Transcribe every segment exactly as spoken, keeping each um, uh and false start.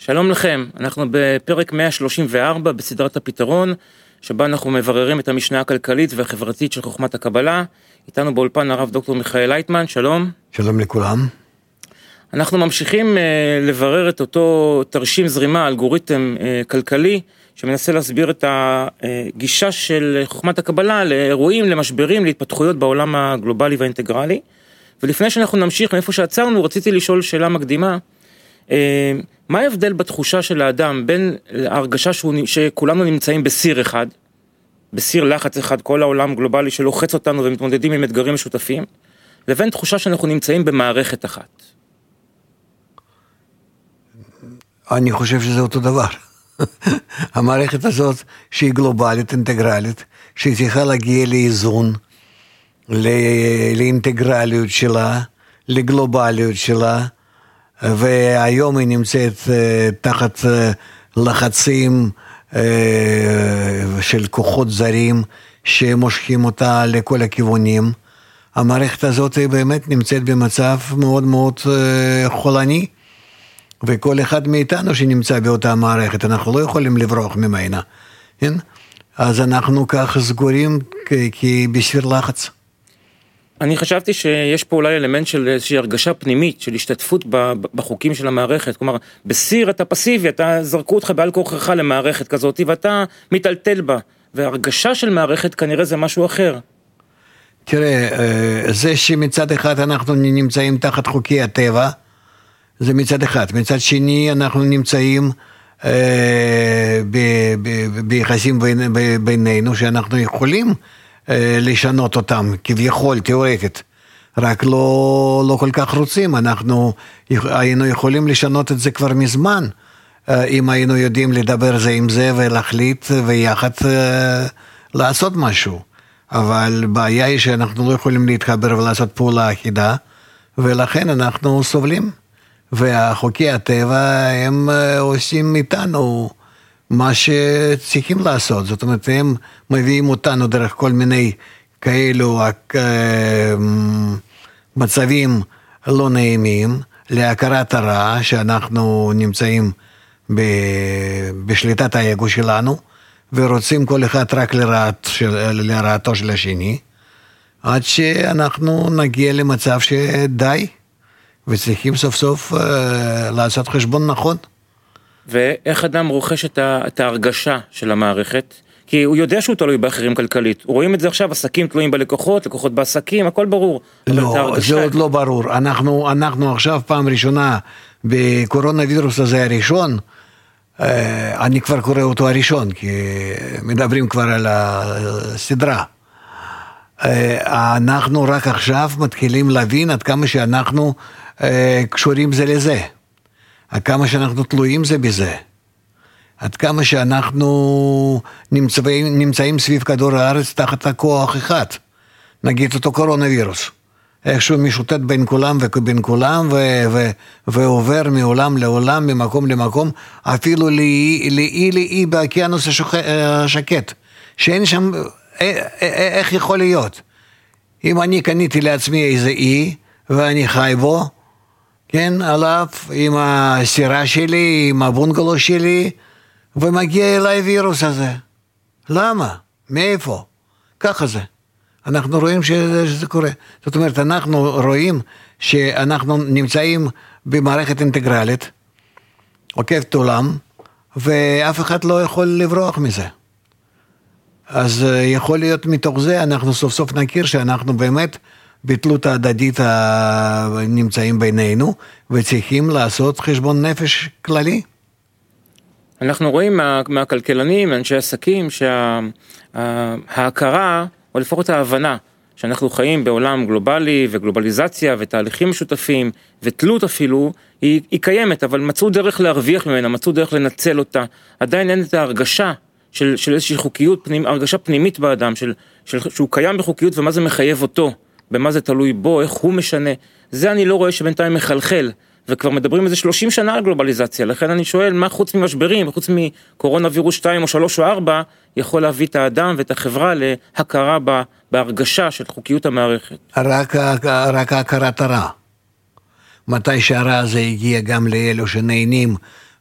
שלום לכם, אנחנו בפרק מאה שלושים וארבע בסדרת הפתרון, שבה אנחנו מבררים את המשנה הכלכלית והחברתית של חוכמת הקבלה. איתנו באולפן הרב דוקטור מיכאל לייטמן, שלום. שלום לכולם. אנחנו ממשיכים uh, לברר את אותו תרשים זרימה, אלגוריתם uh, כלכלי, שמנסה להסביר את הגישה של חוכמת הקבלה לאירועים, למשברים, להתפתחויות בעולם הגלובלי והאינטגרלי. ולפני שאנחנו נמשיך מאיפה שעצרנו, רציתי לשאול שאלה מקדימה. מה ההבדל בתחושה של האדם בין ההרגשה שכולנו נמצאים בסיר אחד, בסיר לחץ אחד, כל העולם גלובלי שלוחץ אותנו ומתמודדים עם אתגרים משותפים, לבין תחושה שאנחנו נמצאים במערכת אחת? אני חושב שזה אותו דבר. המערכת הזאת שהיא גלובלית, אינטגרלית, שהיא צריכה להגיע לאיזון, לאינטגרליות שלה, לגלובליות שלה, והיום היא נמצאת תחת לחצים של כוחות זרים שמושכים אותה לכל הכיוונים. המערכת הזאת היא באמת נמצאת במצב מאוד מאוד חולני, וכל אחד מאיתנו שנמצא באותה מערכת, אנחנו לא יכולים לברוח ממנה, כן? אז אנחנו כך סגורים כבסיר לחץ. אני חשבתי שיש פה אולי אלמנט של איזושהי הרגשה פנימית, של השתתפות בחוקים של המערכת. כלומר, בסיר אתה פסיבי, אתה זרקו אותך בעל כוחך למערכת כזאת, ואתה מתעלתל בה. והרגשה של מערכת כנראה זה משהו אחר. תראה, זה שמצד אחד אנחנו נמצאים תחת חוקי הטבע, זה מצד אחד. מצד שני אנחנו נמצאים ביחסים בינינו, שאנחנו יכולים לשנות אותם, כביכול, תיאורטית. רק לא, לא כל כך רוצים. אנחנו היינו יכולים לשנות את זה כבר מזמן, אם היינו יודעים לדבר זה עם זה ולהחליט ויחד לעשות משהו. אבל בעיה היא שאנחנו לא יכולים להתחבר ולעשות פעולה אחידה, ולכן אנחנו סובלים. והחוקי הטבע הם עושים איתנו מה שצריכים לעשות. זאת אומרת, הם מביאים אותנו דרך כל מיני כאלו מצבים לא נעימים, להכרת הרע שאנחנו נמצאים בשליטת האגו שלנו, ורוצים כל אחד רק לרעת, לרעתו של השני, עד שאנחנו נגיע למצב שדי, וצריכים סוף סוף לעשות חשבון נכון. ואיך אדם רוכש את ההרגשה של המערכת? כי הוא יודע שהוא תלוי באחרים כלכלית. רואים את זה עכשיו, עסקים תלויים בלקוחות, לקוחות בעסקים, הכל ברור. לא, זה עוד לא ברור. אנחנו, אנחנו עכשיו פעם ראשונה בקורונה וירוס הזה הראשון, אני כבר קורא אותו הראשון, כי מדברים כבר על הסדרה. אנחנו רק עכשיו מתחילים להבין עד כמה שאנחנו קשורים זה לזה. עד כמה שאנחנו תלויים זה בזה. עד כמה שאנחנו נמצאים, נמצאים סביב כדור הארץ תחת הכוח אחד. נגיד אותו קורונה וירוס. איכשהו משוטט בין כולם ובין כולם, ו- ו- ועובר מעולם לעולם, ממקום למקום, אפילו לאי, לאי, לאי באוקיינוס השקט. שאין שם, איך יכול להיות? אם אני קניתי לעצמי איזה אי, ואני חי בו, כן, עליו, עם הסירה שלי, עם הבונגלו שלי, ומגיע אליי וירוס הזה. למה? מאיפה? ככה זה. אנחנו רואים שזה, שזה קורה. זאת אומרת, אנחנו רואים שאנחנו נמצאים במערכת אינטגרלית, עוקבת עולם, ואף אחד לא יכול לברוח מזה. אז יכול להיות מתוך זה, אנחנו סוף סוף נכיר שאנחנו באמת בתלות ההדדית הנמצאים בינינו, וצריכים לעשות חשבון נפש כללי. אנחנו רואים מה, מהכלכלנים, מאנשי עסקים, שההכרה, או לפחות ההבנה, שאנחנו חיים בעולם גלובלי וגלובליזציה ותהליכים משותפים ותלות אפילו, היא, היא קיימת, אבל מצאו דרך להרוויח ממנה, מצאו דרך לנצל אותה. עדיין אין את ההרגשה של, של איזושהי חוקיות, פנימ, הרגשה פנימית באדם, של, של, שהוא קיים בחוקיות ומה זה מחייב אותו, במה זה תלוי בו, איך הוא משנה. זה אני לא רואה שבינתיים מחלחל, וכבר מדברים איזה שלושים שנה על גלובליזציה, לכן אני שואל, מה חוץ ממשברים, חוץ מקורונה וירוס שתיים או שלוש או ארבע, יכול להביא את האדם ואת החברה להכרה בהרגשה של חוקיות המערכת? רק, רק הכרת הרע. מתי שהרע הזה הגיע גם לאלו שנהנים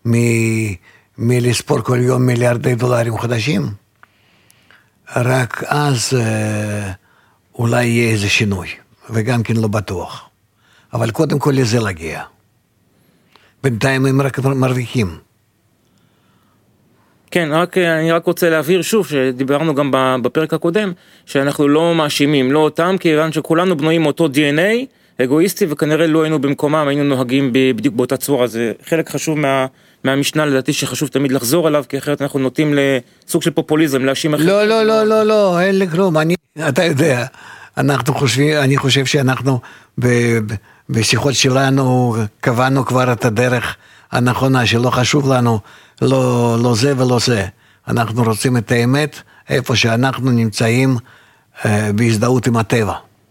מלספור כל יום מיליארדי דולרים חדשים, רק אז אולי יהיה איזה שינוי, וגם כן לא בטוח. אבל קודם כל לזה להגיע. בינתיים הם רק מרוויחים. כן, רק, אני רק רוצה להבהיר שוב, שדיברנו גם בפרק הקודם, שאנחנו לא מאשימים, לא אותם, כיוון שכולנו בנויים אותו די אן איי, אגואיסטי, וכנראה לא היינו במקומם, היינו נוהגים בדיוק באותה צורה. זה חלק חשוב מה, מהמשנה, לדעתי שחשוב תמיד לחזור עליו, כי אחרת אנחנו נוטים לסוג של פופוליזם, להאשים אחרת. לא, לא, לא, לא, לא, אין לי כלום. אני, אתה יודע, אנחנו חושבים, אני חושב שאנחנו ב, ב, בשיחות שלנו קבענו כבר את הדרך הנכונה, שלא חשוב לנו לא, לא זה ולא זה. אנחנו רוצים את האמת, איפה שאנחנו נמצאים אה, בהזדהות עם הטבע.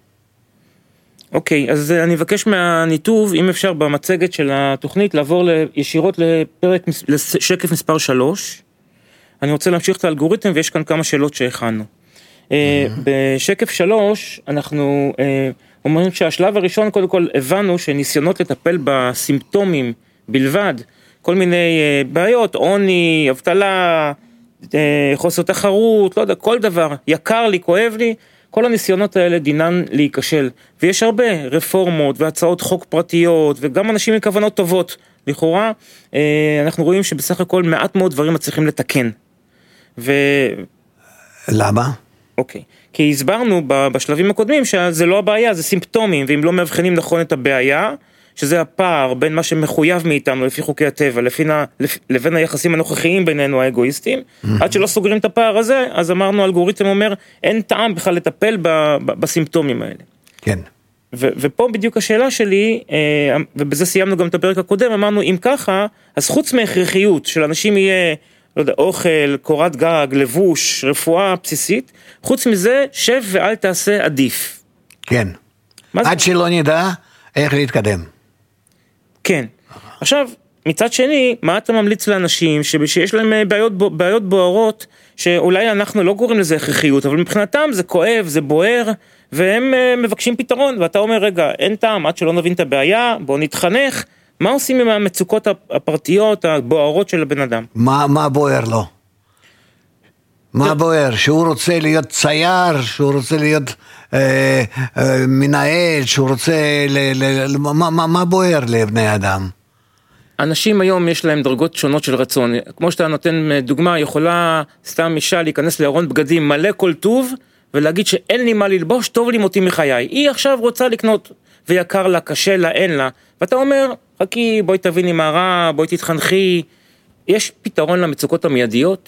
אוקיי, אז אני אבקש מהניתוב, אם אפשר במצגת של התוכנית, לעבור ישירות לפרק, לשקף מספר שלוש. אני רוצה להמשיך את האלגוריתם, ויש כאן כמה שאלות שהכנו. Mm-hmm. בשקף שלוש, אנחנו אומרים שהשלב הראשון, קודם כל, הבנו שניסיונות לטפל בסימפטומים בלבד, כל מיני בעיות, עוני, אבטלה, חוסר תחרות, לא יודע, כל דבר, יקר לי, כואב לי, כל הניסיונות האלה דינן להיכשל, ויש הרבה רפורמות והצעות חוק פרטיות, וגם אנשים עם כוונות טובות. לכאורה, אנחנו רואים שבסך הכל מעט מאוד דברים מצליחים לתקן. ו... למה? אוקיי. כי הסברנו בשלבים הקודמים שזה לא הבעיה, זה סימפטומים, ואם לא מאבחנים נכון את הבעיה, שזה הפער בין מה שמחויב מאיתנו לפי חוקי הטבע, לבין היחסים הנוכחיים בינינו האגואיסטים, עד שלא סוגרים את הפער הזה, אז אמרנו, האלגוריתם אומר, אין טעם בכלל לטפל בסימפטומים האלה. כן. ופה בדיוק השאלה שלי, ובזה סיימנו גם את הפרק הקודם, אמרנו, אם ככה, אז חוץ מהכרחיות של אנשים יהיה, לא יודע, אוכל, קורת גג, לבוש, רפואה בסיסית, חוץ מזה, שב ואל תעשה עדיף. כן. עד שלא נדע איך להתקדם. כן. עכשיו, מצד שני, מה אתה ממליץ לאנשים שיש להם בעיות, בעיות בוערות, שאולי אנחנו לא קוראים לזה הכרחיות, אבל מבחינתם זה כואב, זה בוער, והם מבקשים פתרון, ואתה אומר, רגע, אין טעם, עד שלא נבין את הבעיה, בוא נתחנך, מה עושים עם המצוקות הפרטיות, הבוערות של הבן אדם? מה, מה בוער לו? מה בוער? שהוא רוצה להיות צייר, שהוא רוצה להיות אה, אה, מנהל, שהוא רוצה, ל, ל, מה, מה, מה בוער לבני אדם? אנשים היום יש להם דרגות שונות של רצון, כמו שאתה נותן דוגמה, יכולה סתם אישה להיכנס לארון בגדים מלא כל טוב, ולהגיד שאין לי מה ללבוש, טוב לי מותי מחיי. היא עכשיו רוצה לקנות, ויקר לה, קשה לה, אין לה, ואתה אומר, חכי, בואי תביני מה רע, בואי תתחנכי, יש פתרון למצוקות המיידיות?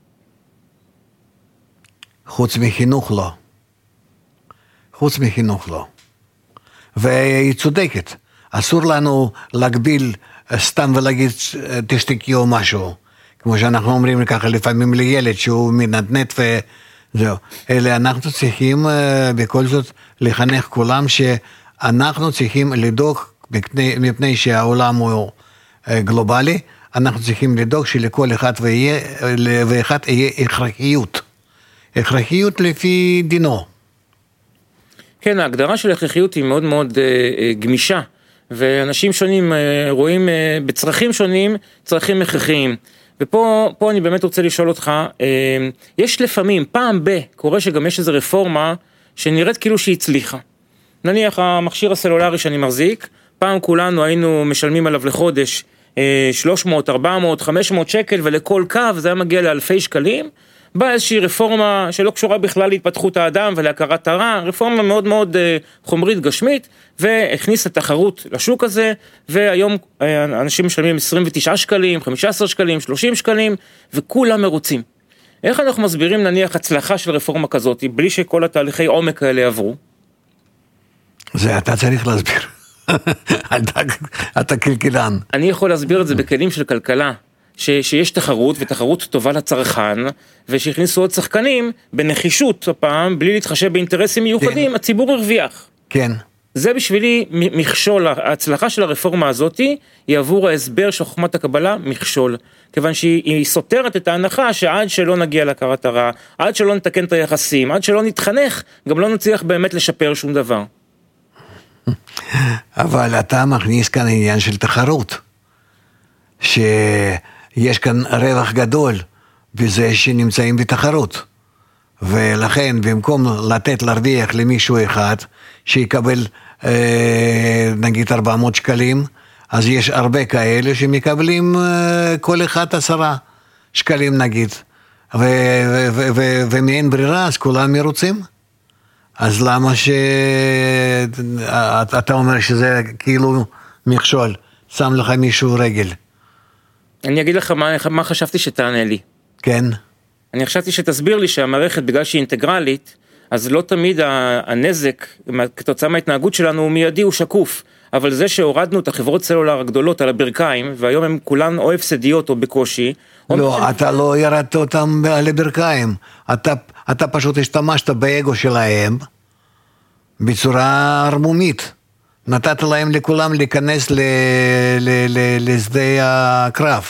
חוץ מחינוך לא. חוץ מחינוך לא. והיא צודקת. אסור לנו להגביל סתם ולהגיד תשתקי או משהו. כמו שאנחנו אומרים ככה לפעמים לילד שהוא מנדנד וזהו. אלא אנחנו צריכים בכל זאת לחנך כולם שאנחנו צריכים לדאוג מפני, מפני שהעולם הוא גלובלי, אנחנו צריכים לדאוג שלכל אחד ואחד יהיה הכרחיות. הכרחיות לפי דינו. כן, ההגדרה של הכרחיות היא מאוד מאוד אה, גמישה, ואנשים שונים אה, רואים אה, בצרכים שונים צרכים הכרחיים. ופה פה אני באמת רוצה לשאול אותך, אה, יש לפעמים, פעם ב, קורה שגם יש איזו רפורמה שנראית כאילו שהיא הצליחה. נניח המכשיר הסלולרי שאני מחזיק, פעם כולנו היינו משלמים עליו לחודש אה, שלוש מאות, ארבע מאות, חמש מאות שקל, ולכל קו זה היה מגיע לאלפי שקלים, באה איזושהי רפורמה שלא קשורה בכלל להתפתחות האדם ולהכרת הרע, רפורמה מאוד מאוד חומרית גשמית, והכניסה תחרות לשוק הזה, והיום אנשים משלמים עשרים ותשעה שקלים, חמישה עשר שקלים, שלושים שקלים, וכולם מרוצים. איך אנחנו מסבירים נניח הצלחה של רפורמה כזאת, בלי שכל התהליכי עומק האלה עברו? זה אתה צריך להסביר. אתה, אתה כלכלן. אני יכול להסביר את זה בכלים של כלכלה. ש, שיש תחרות, ותחרות טובה לצרכן, ושהכניסו עוד שחקנים, בנחישות הפעם, בלי להתחשב באינטרסים מיוחדים, כן. הציבור הרוויח. כן. זה בשבילי מכשול, ההצלחה של הרפורמה הזאת, היא עבור ההסבר של חוכמת הקבלה מכשול, כיוון שהיא סותרת את ההנחה, שעד שלא נגיע להכרת הרע, עד שלא נתקן את היחסים, עד שלא נתחנך, גם לא נצליח באמת לשפר שום דבר. אבל אתה מכניס כאן עניין של תחרות. שיש כאן רווח גדול בזה שנמצאים בתחרות. ולכן במקום לתת להרוויח למישהו אחד שיקבל אה, נגיד ארבע מאות שקלים, אז יש הרבה כאלה שמקבלים אה, כל אחד עשרה שקלים נגיד, ו- ו- ו- ו- ומאין ברירה אז כולם מרוצים. אז למה שאתה אומר שזה כאילו מכשול, שם לך מישהו רגל? אני אגיד לך מה, מה חשבתי שתענה לי. כן. אני חשבתי שתסביר לי שהמערכת, בגלל שהיא אינטגרלית, אז לא תמיד הנזק, כתוצאה מההתנהגות שלנו, הוא מיידי, הוא שקוף. אבל זה שהורדנו את החברות סלולר הגדולות על הברכיים, והיום הן כולן או הפסדיות או בקושי. לא, או אתה לא ירדת אותם על הברכיים. אתה, אתה פשוט השתמשת באגו שלהם, בצורה הרמומית. נתת להם לכולם להיכנס ל, ל, ל, לשדה הקרב.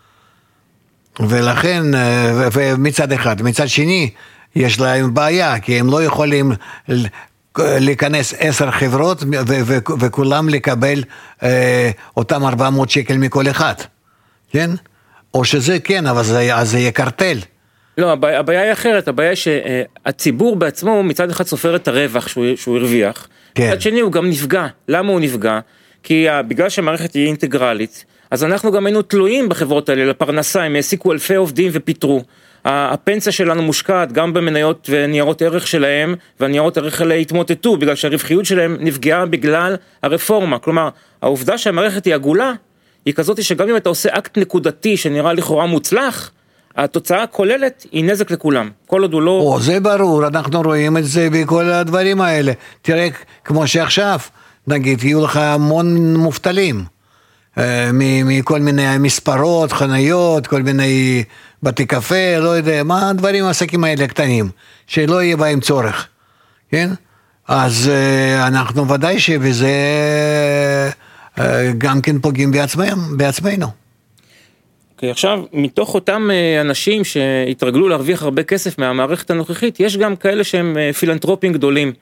ולכן, ומצד אחד, מצד שני, יש להם בעיה, כי הם לא יכולים להיכנס עשר חברות, ו- ו- וכולם לקבל אה, אותם ארבע מאות שקל מכל אחד, כן? או שזה כן, אבל זה, אז זה יהיה קרטל. לא, הבעיה, הבעיה היא אחרת, הבעיה היא שהציבור בעצמו מצד אחד סופר את הרווח שהוא, שהוא הרוויח, כן. מצד שני הוא גם נפגע. למה הוא נפגע? כי בגלל שהמערכת היא אינטגרלית, אז אנחנו גם היינו תלויים בחברות האלה לפרנסה, הם העסיקו אלפי עובדים ופיטרו. הפנסיה שלנו מושקעת גם במניות וניירות ערך שלהם, והניירות ערך האלה התמוטטו, בגלל שהרווחיות שלהם נפגעה בגלל הרפורמה. כלומר, העובדה שהמערכת היא עגולה, היא כזאת שגם אם אתה עושה אקט נקודתי שנראה לכאורה מוצלח, התוצאה הכוללת היא נזק לכולם. כל עוד הוא לא... או, זה ברור, אנחנו רואים את זה בכל הדברים האלה. תראה, כמו שעכשיו, נגיד, יהיו לך המון מובטלים. מכל מיני מספרות, חניות, כל מיני בתי קפה, לא יודע, מה הדברים, העסקים האלה קטנים, שלא יהיה בהם צורך, כן? אז אנחנו ודאי שבזה גם כן פוגעים בעצמם, בעצמנו. Okay, עכשיו, מתוך אותם אנשים שהתרגלו להרוויח הרבה כסף מהמערכת הנוכחית, יש גם כאלה שהם פילנטרופים גדולים.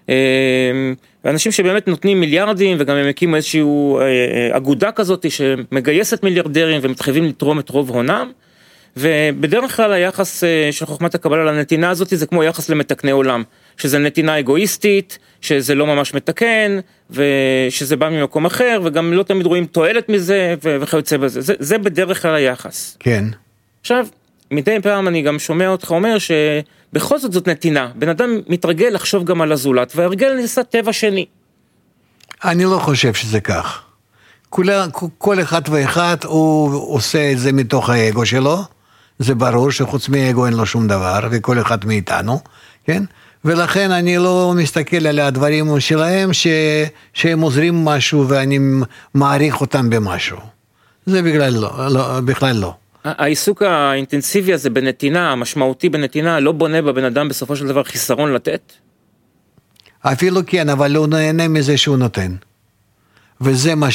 אנשים שבאמת נותנים מיליארדים, וגם הם הקימו איזושהי אגודה כזאת שמגייסת מיליארדרים ומתחייבים לתרום את רוב הונם, ובדרך כלל היחס של חוכמת הקבלה לנתינה הזאת זה כמו יחס למתקני עולם, שזה נתינה אגואיסטית, שזה לא ממש מתקן, ושזה בא ממקום אחר, וגם לא תמיד רואים תועלת מזה, וכיוצא בזה. זה, זה בדרך כלל היחס. כן. עכשיו, מדי פעם אני גם שומע אותך אומר שבכל זאת זאת נתינה. בן אדם מתרגל לחשוב גם על הזולת, והרגל נעשה טבע שני. אני לא חושב שזה כך. כל, כל אחד ואחד הוא עושה את זה מתוך האגו שלו. זה ברור שחוץ מאגו אין לו שום דבר, וכל אחד מאיתנו, כן? ולכן אני לא מסתכל על הדברים שלהם ש... שהם עוזרים משהו ואני מעריך אותם במשהו. זה בכלל לא, לא, בכלל לא. העיסוק האינטנסיבי הזה בנתינה, המשמעותי בנתינה, לא בונה בבן אדם בסופו של דבר חיסרון לתת? אפילו כן, אבל הוא נהנה מזה שהוא נותן. וזה מה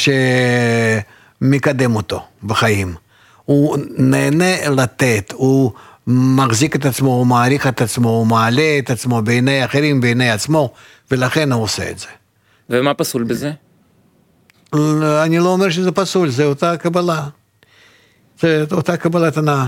שמקדם אותו בחיים. הוא נהנה לתת, הוא מחזיק את עצמו, הוא מעריך את עצמו, הוא מעלה את עצמו בעיני אחרים, בעיני עצמו, ולכן הוא עושה את זה. ומה פסול בזה? אני לא אומר שזה פסול, זה אותה קבלה. זה אותה קבלת הנאה.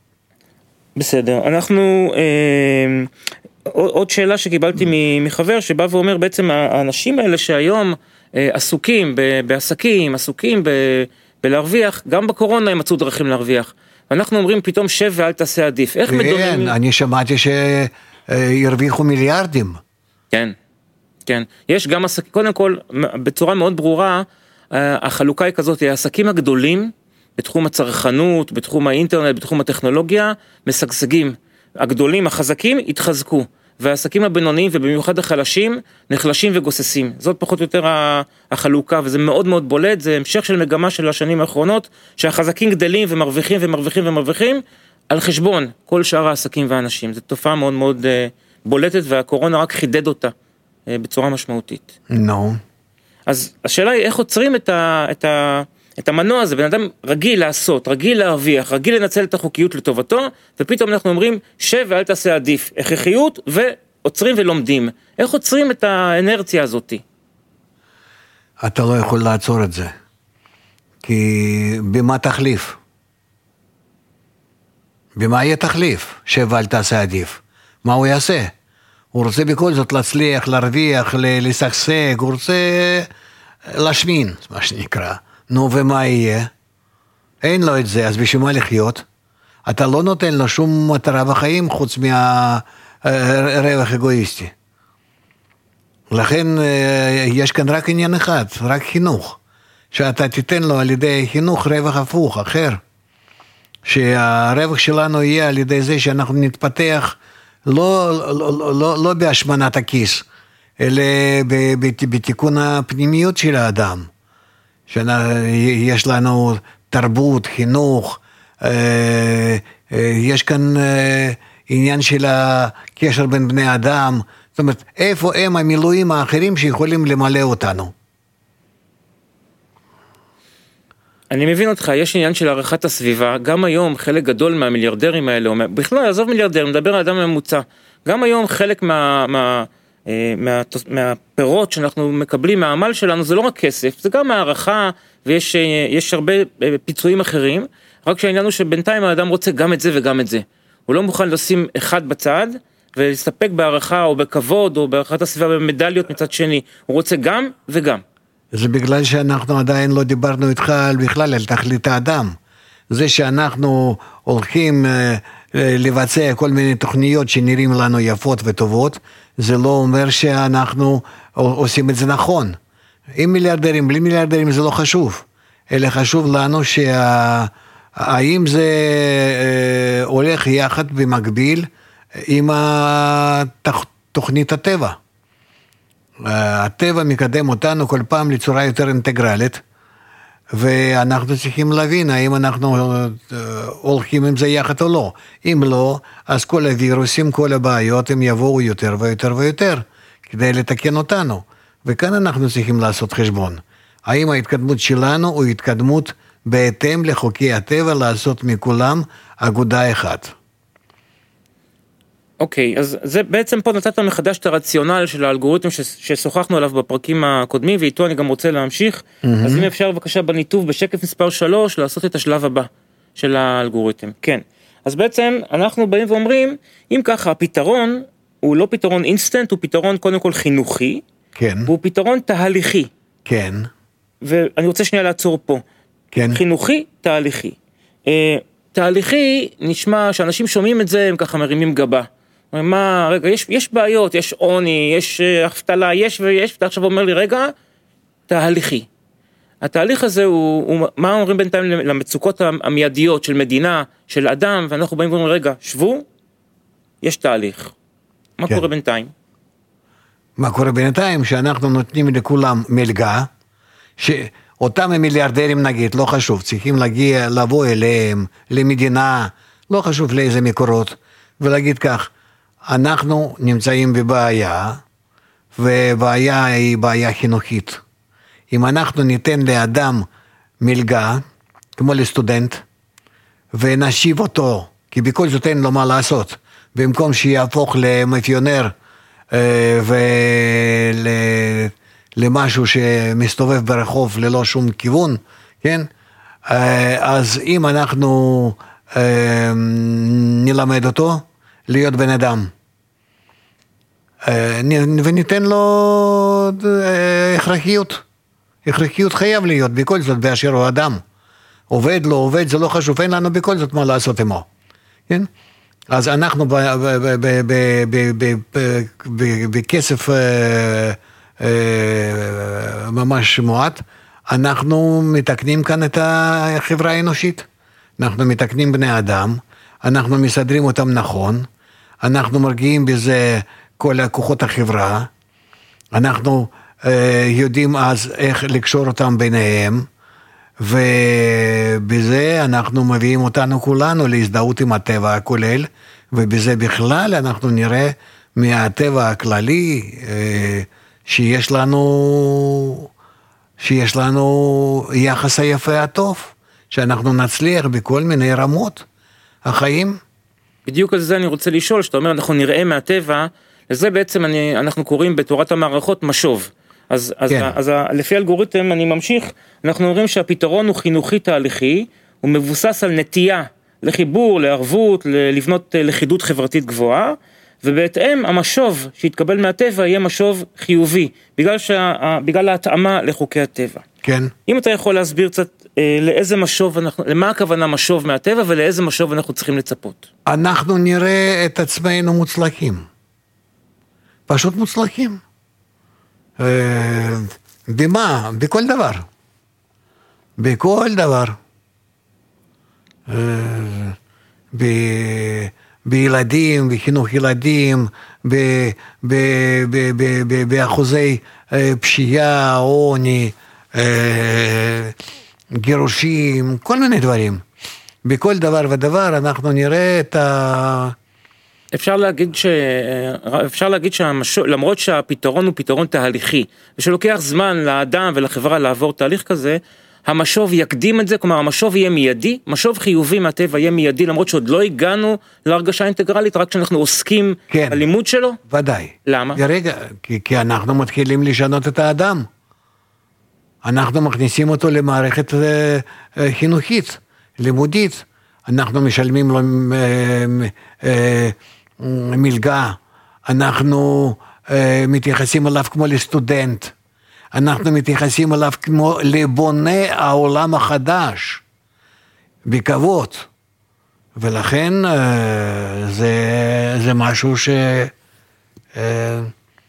בסדר, אנחנו, אה, עוד שאלה שקיבלתי מחבר, שבא ואומר בעצם האנשים האלה שהיום אה, עסוקים ב, בעסקים, עסוקים ב, בלהרוויח, גם בקורונה הם מצאו דרכים להרוויח. ואנחנו אומרים פתאום שב ואל תעשה עדיף. איך מדומם? כן, אני שמעתי שירוויחו מיליארדים. כן, כן. יש גם עסקים, קודם כל, בצורה מאוד ברורה, החלוקה היא כזאת, העסקים הגדולים, בתחום הצרכנות, בתחום האינטרנט, בתחום הטכנולוגיה, משגשגים. הגדולים, החזקים, התחזקו. והעסקים הבינוניים, ובמיוחד החלשים, נחלשים וגוססים. זאת פחות או יותר החלוקה, וזה מאוד מאוד בולט, זה המשך של מגמה של השנים האחרונות, שהחזקים גדלים ומרוויחים ומרוויחים ומרוויחים, על חשבון כל שאר העסקים והאנשים. זו תופעה מאוד מאוד בולטת, והקורונה רק חידד אותה בצורה משמעותית. נו. No. אז השאלה היא, איך עוצרים את ה... את ה את המנוע הזה, בן אדם רגיל לעשות, רגיל להרוויח, רגיל לנצל את החוקיות לטובתו, ופתאום אנחנו אומרים, שב ואל תעשה עדיף, הכרחיות, ועוצרים ולומדים. איך עוצרים את האנרציה הזאת? אתה לא יכול לעצור את זה. כי במה תחליף? במה יהיה תחליף? שב אל תעשה עדיף. מה הוא יעשה? הוא רוצה בכל זאת להצליח, להרוויח, לשגשג, הוא רוצה להשמין, מה שנקרא. נו, ומה יהיה? אין לו את זה, אז בשביל מה לחיות? אתה לא נותן לו שום מטרה בחיים חוץ מהרווח אגואיסטי. לכן יש כאן רק עניין אחד, רק חינוך. שאתה תיתן לו על ידי חינוך רווח הפוך, אחר. שהרווח שלנו יהיה על ידי זה שאנחנו נתפתח לא, לא, לא, לא בהשמנת הכיס, אלא בתיקון הפנימיות של האדם. שיש לנו תרבות, חינוך, יש כאן עניין של הקשר בין בני אדם, זאת אומרת, איפה הם המילואים האחרים שיכולים למלא אותנו? אני מבין אותך, יש עניין של עריכת הסביבה, גם היום חלק גדול מהמיליארדרים האלה, בכלל, עזוב מיליארדר, מדבר על אדם ממוצע, גם היום חלק מה, מה, מה, מהפירות שאנחנו מקבלים מהעמל שלנו, זה לא רק כסף, זה גם הערכה, ויש יש הרבה פיצויים אחרים, רק שהעניין הוא שבינתיים האדם רוצה גם את זה וגם את זה, הוא לא מוכן לשים אחד בצד, ולהסתפק בערכה או בכבוד, או בערכת הסביבה במדליות מצד שני, הוא רוצה גם וגם. זה בגלל שאנחנו עדיין לא דיברנו איתך על בכלל על תכלית האדם. זה שאנחנו הולכים לבצע כל מיני תוכניות שנראים לנו יפות וטובות, זה לא אומר שאנחנו עושים את זה נכון. עם מיליארדרים, בלי מיליארדרים זה לא חשוב. אלא חשוב לנו שהאם זה הולך יחד במקביל עם תוכנית הטבע. הטבע מקדם אותנו כל פעם לצורה יותר אינטגרלית, ואנחנו צריכים להבין האם אנחנו הולכים עם זה יחד או לא. אם לא, אז כל הווירוסים, כל הבעיות, הם יבואו יותר ויותר ויותר, כדי לתקן אותנו. וכאן אנחנו צריכים לעשות חשבון. האם ההתקדמות שלנו הוא התקדמות בהתאם לחוקי הטבע, לעשות מכולם אגודה אחת. אוקיי, אז זה בעצם פה נתת מחדש את הרציונל של האלגוריתם ששוחחנו עליו בפרקים הקודמים, ואיתו אני גם רוצה להמשיך. Mm-hmm. אז אם אפשר בבקשה בניתוב בשקף מספר שלוש, לעשות את השלב הבא של האלגוריתם. כן. אז בעצם אנחנו באים ואומרים, אם ככה, הפתרון הוא לא פתרון אינסטנט, הוא פתרון קודם כל חינוכי, כן. והוא פתרון תהליכי. כן. ואני רוצה שנייה לעצור פה. כן. חינוכי, תהליכי. אה, תהליכי, נשמע שאנשים שומעים את זה, הם ככה מרימים גבה. מה, רגע, יש, יש בעיות, יש עוני, יש הפתלה, יש ויש, ואתה עכשיו אומר לי, רגע, תהליכי. התהליך הזה הוא, הוא מה אומרים בינתיים למצוקות המיידיות של מדינה, של אדם, ואנחנו באים ואומרים, רגע, שבו, יש תהליך. מה כן. קורה בינתיים? מה קורה בינתיים? שאנחנו נותנים לכולם מלגה, שאותם המיליארדרים נגיד, לא חשוב, צריכים להגיע, לבוא אליהם, למדינה, לא חשוב לאיזה מקורות, ולהגיד כך, אנחנו נמצאים בבעיה, ובעיה היא בעיה חינוכית. אם אנחנו ניתן לאדם מלגה, כמו לסטודנט, ונשיב אותו, כי בכל זאת אין לו מה לעשות, במקום שיהפוך למאפיונר, ולמשהו שמסתובב ברחוב ללא שום כיוון, כן? אז אם אנחנו נלמד אותו, להיות בן אדם, וניתן לו הכרחיות, הכרחיות חייב להיות בכל זאת באשר הוא אדם, עובד לא עובד זה לא חשוב, אין לנו בכל זאת מה לעשות עמו, כן? אז אנחנו בכסף ממש מועט, אנחנו מתקנים כאן את החברה האנושית, אנחנו מתקנים בני אדם, אנחנו מסדרים אותם נכון, אנחנו מרגיעים בזה כל הכוחות החברה, אנחנו אה, יודעים אז איך לקשור אותם ביניהם, ובזה אנחנו מביאים אותנו כולנו להזדהות עם הטבע הכולל, ובזה בכלל אנחנו נראה מהטבע הכללי אה, שיש לנו, שיש לנו יחס היפה הטוב, שאנחנו נצליח בכל מיני רמות החיים. בדיוק על זה אני רוצה לשאול, שאתה אומר אנחנו נראה מהטבע, לזה בעצם אני, אנחנו קוראים בתורת המערכות משוב. אז, אז, כן. אז, אז לפי אלגוריתם אני ממשיך, אנחנו אומרים שהפתרון הוא חינוכי תהליכי, הוא מבוסס על נטייה לחיבור, לערבות, לבנות לכידות חברתית גבוהה, ובהתאם המשוב שהתקבל מהטבע יהיה משוב חיובי, בגלל, שה, בגלל ההתאמה לחוקי הטבע. כן. אם אתה יכול להסביר קצת אה, לאיזה משוב אנחנו, למה הכוונה משוב מהטבע ולאיזה משוב אנחנו צריכים לצפות. אנחנו נראה את עצמנו מוצלחים. פשוט מוצלחים. אה, במה? בכל דבר. בכל דבר. אה, ב... בילדים, בחינוך ילדים, ב... ב... ב... ב... ב... באחוזי אה, פשיעה, עוני, אה, גירושים, כל מיני דברים. בכל דבר ודבר אנחנו נראה את ה... אפשר להגיד ש... אפשר להגיד שהמשוב, למרות שהפתרון הוא פתרון תהליכי, ושלוקח זמן לאדם ולחברה לעבור תהליך כזה, המשוב יקדים את זה, כלומר המשוב יהיה מיידי, משוב חיובי מהטבע יהיה מיידי, למרות שעוד לא הגענו להרגשה אינטגרלית, רק כשאנחנו עוסקים כן, בלימוד שלו? ודאי. למה? רגע, כי, כי אנחנו מתחילים לשנות את האדם. אנחנו מכניסים אותו למערכת אה, אה, חינוכית, לימודית. אנחנו משלמים לו אה, אה, מלגה, אנחנו אה, מתייחסים אליו כמו לסטודנט, אנחנו מתייחסים אליו כמו לבונה העולם החדש, בכבוד. ולכן אה, זה, זה משהו ש... אה,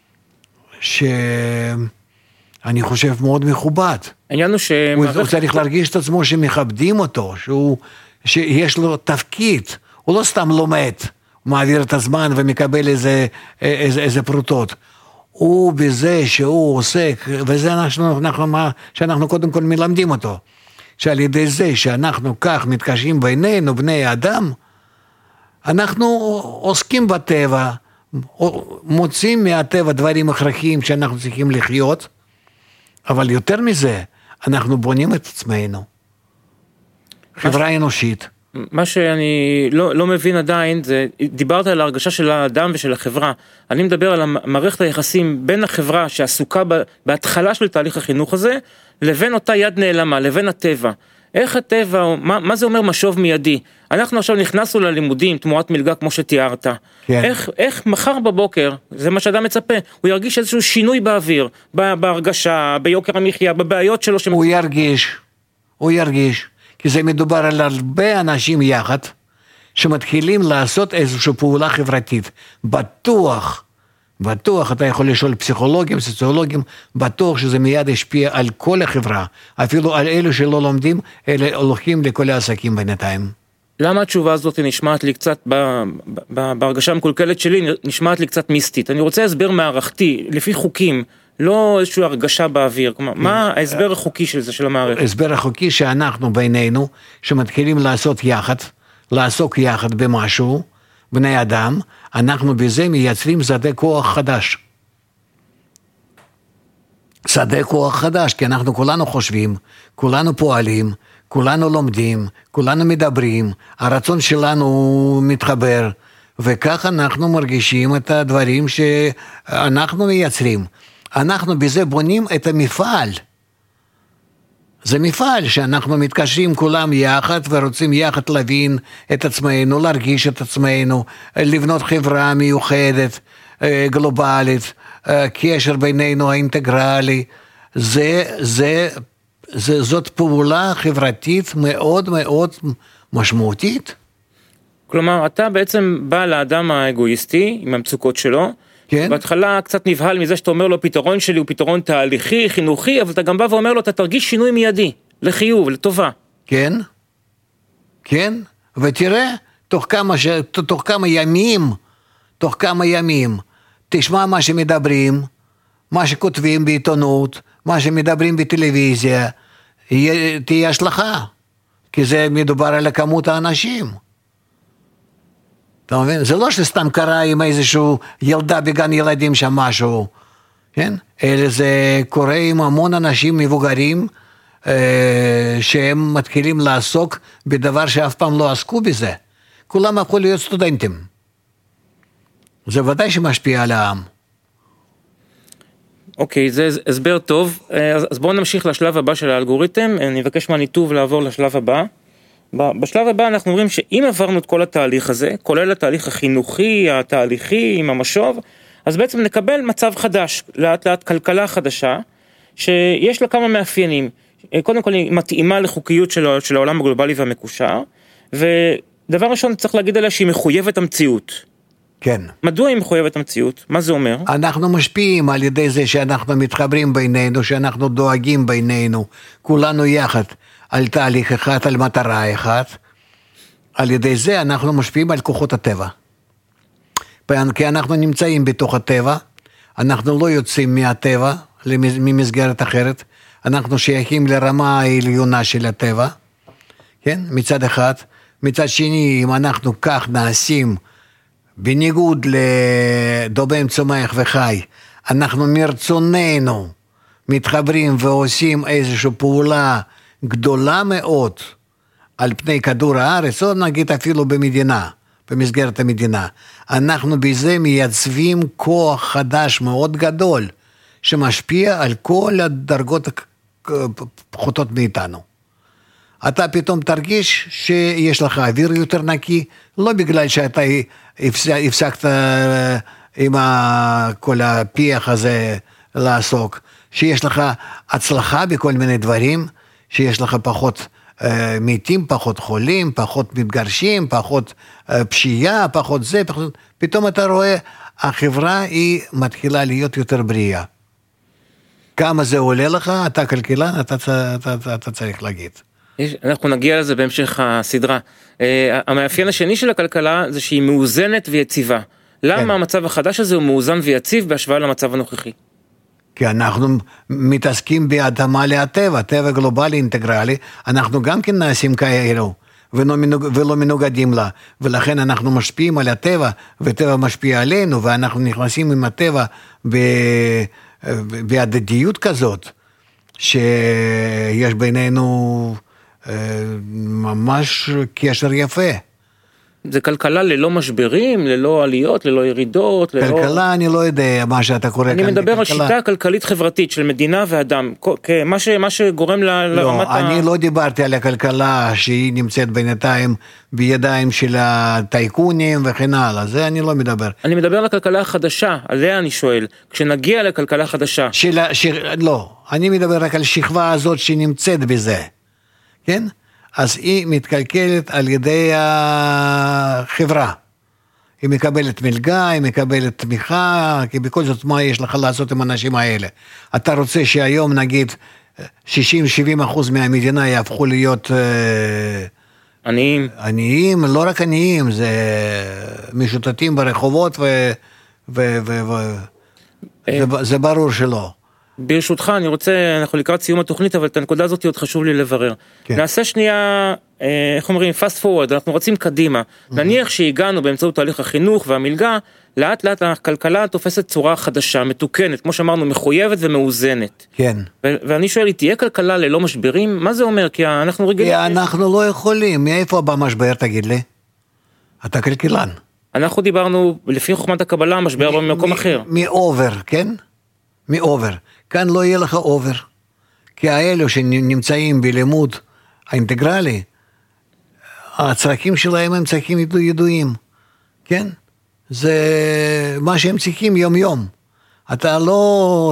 שאני חושב מאוד מכובד. העניין הוא ש... הוא, הוא צריך להרגיש את עצמו שמכבדים אותו, שהוא, שיש לו תפקיד, הוא לא סתם לומד, הוא מעביר את הזמן ומקבל איזה, איזה, איזה פרוטות. הוא בזה שהוא עוסק, וזה אנחנו, אנחנו, שאנחנו קודם כל מלמדים אותו, שעל ידי זה שאנחנו כך מתקשרים בינינו, בני אדם, אנחנו עוסקים בטבע, מוצאים מהטבע דברים הכרחיים שאנחנו צריכים לחיות, אבל יותר מזה, אנחנו בונים את עצמנו. חברה אנושית. מה שאני לא, לא מבין עדיין, זה, דיברת על ההרגשה של האדם ושל החברה. אני מדבר על מערכת היחסים בין החברה שעסוקה בהתחלה של תהליך החינוך הזה, לבין אותה יד נעלמה, לבין הטבע. איך הטבע, מה, מה זה אומר משוב מיידי? אנחנו עכשיו נכנסנו ללימודים, תמורת מלגה כמו שתיארת. כן. איך, איך מחר בבוקר, זה מה שאדם מצפה, הוא ירגיש איזשהו שינוי באוויר, בהרגשה, ביוקר המחיה, בבעיות שלו. הוא שמצ... ירגיש, הוא ירגיש, כי זה מדובר על הרבה אנשים יחד, שמתחילים לעשות איזושהי פעולה חברתית. בטוח, בטוח, אתה יכול לשאול פסיכולוגים, סוציולוגים, בטוח שזה מיד ישפיע על כל החברה, אפילו על אלו שלא לומדים, אלה הולכים לכל העסקים בינתיים. למה התשובה הזאת נשמעת לי קצת, בהרגשה המקולקלת שלי, נשמעת לי קצת מיסטית? אני רוצה הסבר מערכתי, לפי חוקים, לא איזושהי הרגשה באוויר. כלומר, מה ההסבר החוקי של זה, של המערכת? ההסבר החוקי שאנחנו בינינו, שמתחילים לעשות יחד, לעסוק יחד במשהו, בני אדם, אנחנו בזה מייצרים שדה כוח חדש. שדה כוח חדש, כי אנחנו כולנו חושבים, כולנו פועלים, כולנו לומדים, כולנו מדברים, הרצון שלנו מתחבר, וכך אנחנו מרגישים את הדברים שאנחנו מייצרים. אנחנו בזה בונים את המפעל. זה מפעל שאנחנו מתקשרים כולם יחד ורוצים יחד להבין את עצמנו, להרגיש את עצמנו, לבנות חברה מיוחדת, גלובלית, קשר בינינו האינטגרלי. זה, זה, זה, זאת פעולה חברתית מאוד מאוד משמעותית. כלומר, אתה בעצם בא לאדם האגואיסטי עם המצוקות שלו, כן? בהתחלה קצת נבהל מזה שאתה אומר לו, פתרון שלי הוא פתרון תהליכי, חינוכי, אבל אתה גם בא ואומר לו, אתה תרגיש שינוי מיידי, לחיוב, לטובה. כן, כן, ותראה, תוך כמה, ש... תוך כמה ימים, תוך כמה ימים, תשמע מה שמדברים, מה שכותבים בעיתונות, מה שמדברים בטלוויזיה, תהיה השלכה, כי זה מדובר על כמות האנשים. אתה מבין? זה לא שסתם קרה עם איזשהו ילדה בגן ילדים שם משהו, כן? אלא זה קורה עם המון אנשים מבוגרים, אה, שהם מתחילים לעסוק בדבר שאף פעם לא עסקו בזה. כולם הפכו להיות סטודנטים. זה ודאי שמשפיע על העם. אוקיי, זה הסבר טוב. אז, אז בואו נמשיך לשלב הבא של האלגוריתם. אני מבקש מהניתוב לעבור לשלב הבא. בשלב הבא אנחנו אומרים שאם עברנו את כל התהליך הזה, כולל התהליך החינוכי, התהליכי, עם המשוב, אז בעצם נקבל מצב חדש, לאט לאט כלכלה חדשה, שיש לה כמה מאפיינים. קודם כל היא מתאימה לחוקיות של, של העולם הגלובלי והמקושר, ודבר ראשון צריך להגיד עליה שהיא מחויבת המציאות. כן. מדוע היא מחויבת המציאות? מה זה אומר? אנחנו משפיעים על ידי זה שאנחנו מתחברים בינינו, שאנחנו דואגים בינינו, כולנו יחד על תהליך אחד, על מטרה אחת. על ידי זה אנחנו משפיעים על כוחות הטבע. כי אנחנו נמצאים בתוך הטבע, אנחנו לא יוצאים מהטבע, ממסגרת אחרת, אנחנו שייכים לרמה העליונה של הטבע, כן? מצד אחד. מצד שני, אם אנחנו כך נעשים, בניגוד לדומם צומח וחי, אנחנו מרצוננו מתחברים ועושים איזושהי פעולה גדולה מאוד על פני כדור הארץ, או נגיד אפילו במדינה, במסגרת המדינה, אנחנו בזה מייצבים כוח חדש מאוד גדול, שמשפיע על כל הדרגות פחותות מאיתנו. אתה פתאום תרגיש שיש לך אוויר יותר נקי, לא בגלל שאתה הפסקת עם כל הפיח הזה לעסוק, שיש לך הצלחה בכל מיני דברים, שיש לך פחות אה, מתים, פחות חולים, פחות מתגרשים, פחות אה, פשיעה, פחות זה, פחות... פתאום אתה רואה, החברה היא מתחילה להיות יותר בריאה. כמה זה עולה לך, אתה כלכלן, אתה, אתה, אתה, אתה צריך להגיד. אנחנו נגיע לזה בהמשך הסדרה. המאפיין השני של הכלכלה זה שהיא מאוזנת ויציבה. למה המצב החדש הזה הוא מאוזן ויציב בהשוואה למצב הנוכחי? כי אנחנו מתעסקים באדמה להטבע, טבע גלובלי אינטגרלי, אנחנו גם כן נעשים כאלו, ולא מנוגדים לה, ולכן אנחנו משפיעים על הטבע, וטבע משפיע עלינו, ואנחנו נכנסים עם הטבע בהדדיות כזאת, שיש בינינו ממש קשר יפה. זה כלכלה ללא משברים, ללא עליות, ללא ירידות, ללא... כלכלה, אני לא יודע מה שאתה קורא כאן. אני מדבר על שיטה כלכלית חברתית של מדינה ואדם, מה, ש... מה שגורם ל... לא, לרמת ה... אני לא דיברתי על הכלכלה שהיא נמצאת בינתיים בידיים של הטייקונים וכן הלאה, זה אני לא מדבר. אני מדבר על הכלכלה החדשה, עליה אני שואל, כשנגיע לכלכלה חדשה. של... ש... לא, אני מדבר רק על שכבה הזאת שנמצאת בזה, כן? אז היא מתקלקלת על ידי החברה. היא מקבלת מלגה, היא מקבלת תמיכה, כי בכל זאת מה יש לך לעשות עם האנשים האלה. אתה רוצה שהיום נגיד שישים שבעים אחוז מהמדינה יהפכו להיות עניים. עניים, לא רק עניים, זה משוטטים ברחובות, ו... ו... ו... ו... זה, זה ברור שלא. ברשותך, אני רוצה, אנחנו לקראת סיום התוכנית, אבל את הנקודה הזאת עוד חשוב לי לברר. כן. נעשה שנייה, איך אומרים, fast forward, אנחנו רצים קדימה. Mm-hmm. נניח שהגענו באמצעות תהליך החינוך והמלגה, לאט לאט הכלכלה תופסת צורה חדשה, מתוקנת, כמו שאמרנו, מחויבת ומאוזנת. כן. ו- ואני שואל, תהיה כלכלה ללא משברים? מה זה אומר? כי אנחנו רגילים... כי אנחנו לא יכולים. מאיפה בא משבר, תגיד לי? אתה כלכלן. אנחנו דיברנו, לפי חוכמת הקבלה, המשבר בא ממקום אחר. מאובר, כן? מאובר. כאן לא יהיה לך אובר, כי האלו שנמצאים בלימוד האינטגרלי, הצרכים שלהם הם צרכים ידועים, כן? זה מה שהם צריכים יום יום. אתה לא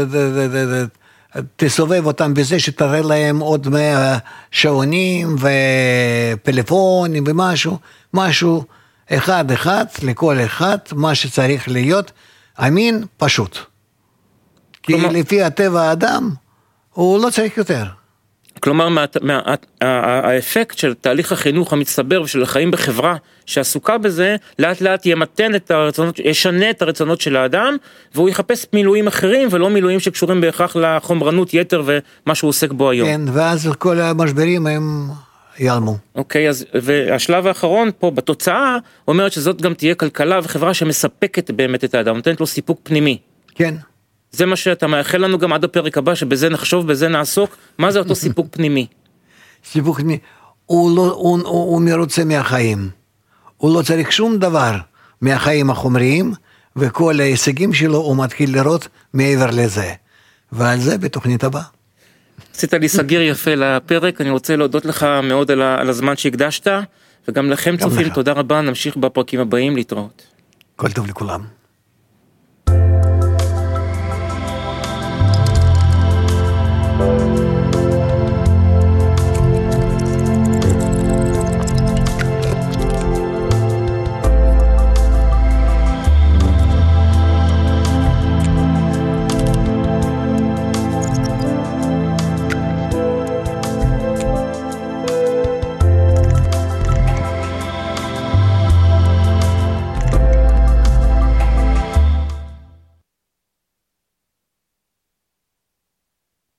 תסובב אותם בזה שתראה להם עוד מאה שעונים ופלאפונים ומשהו, משהו אחד אחד לכל אחד, מה שצריך להיות, אמין פשוט. כי כלומר, לפי הטבע האדם, הוא לא צריך יותר. כלומר, מה, מה, האפקט של תהליך החינוך המצטבר ושל החיים בחברה שעסוקה בזה, לאט לאט ימתן את הרצונות, ישנה את הרצונות של האדם, והוא יחפש מילואים אחרים, ולא מילואים שקשורים בהכרח לחומרנות יתר ומה שהוא עוסק בו היום. כן, ואז כל המשברים הם ייעלמו. אוקיי, אז, והשלב האחרון פה בתוצאה, אומרת שזאת גם תהיה כלכלה וחברה שמספקת באמת את האדם, נותנת לו סיפוק פנימי. כן. זה מה שאתה מאחל לנו גם עד הפרק הבא, שבזה נחשוב, בזה נעסוק. מה זה אותו סיפוק פנימי? סיפוק פנימי, הוא, לא, הוא, הוא, הוא מרוצה מהחיים. הוא לא צריך שום דבר מהחיים החומריים, וכל ההישגים שלו הוא מתחיל לראות מעבר לזה. ועל זה בתוכנית הבאה. עשית לי סגיר יפה לפרק, אני רוצה להודות לך מאוד על, על הזמן שהקדשת, וגם לכם צופים, תודה רבה, נמשיך בפרקים הבאים להתראות. כל טוב לכולם.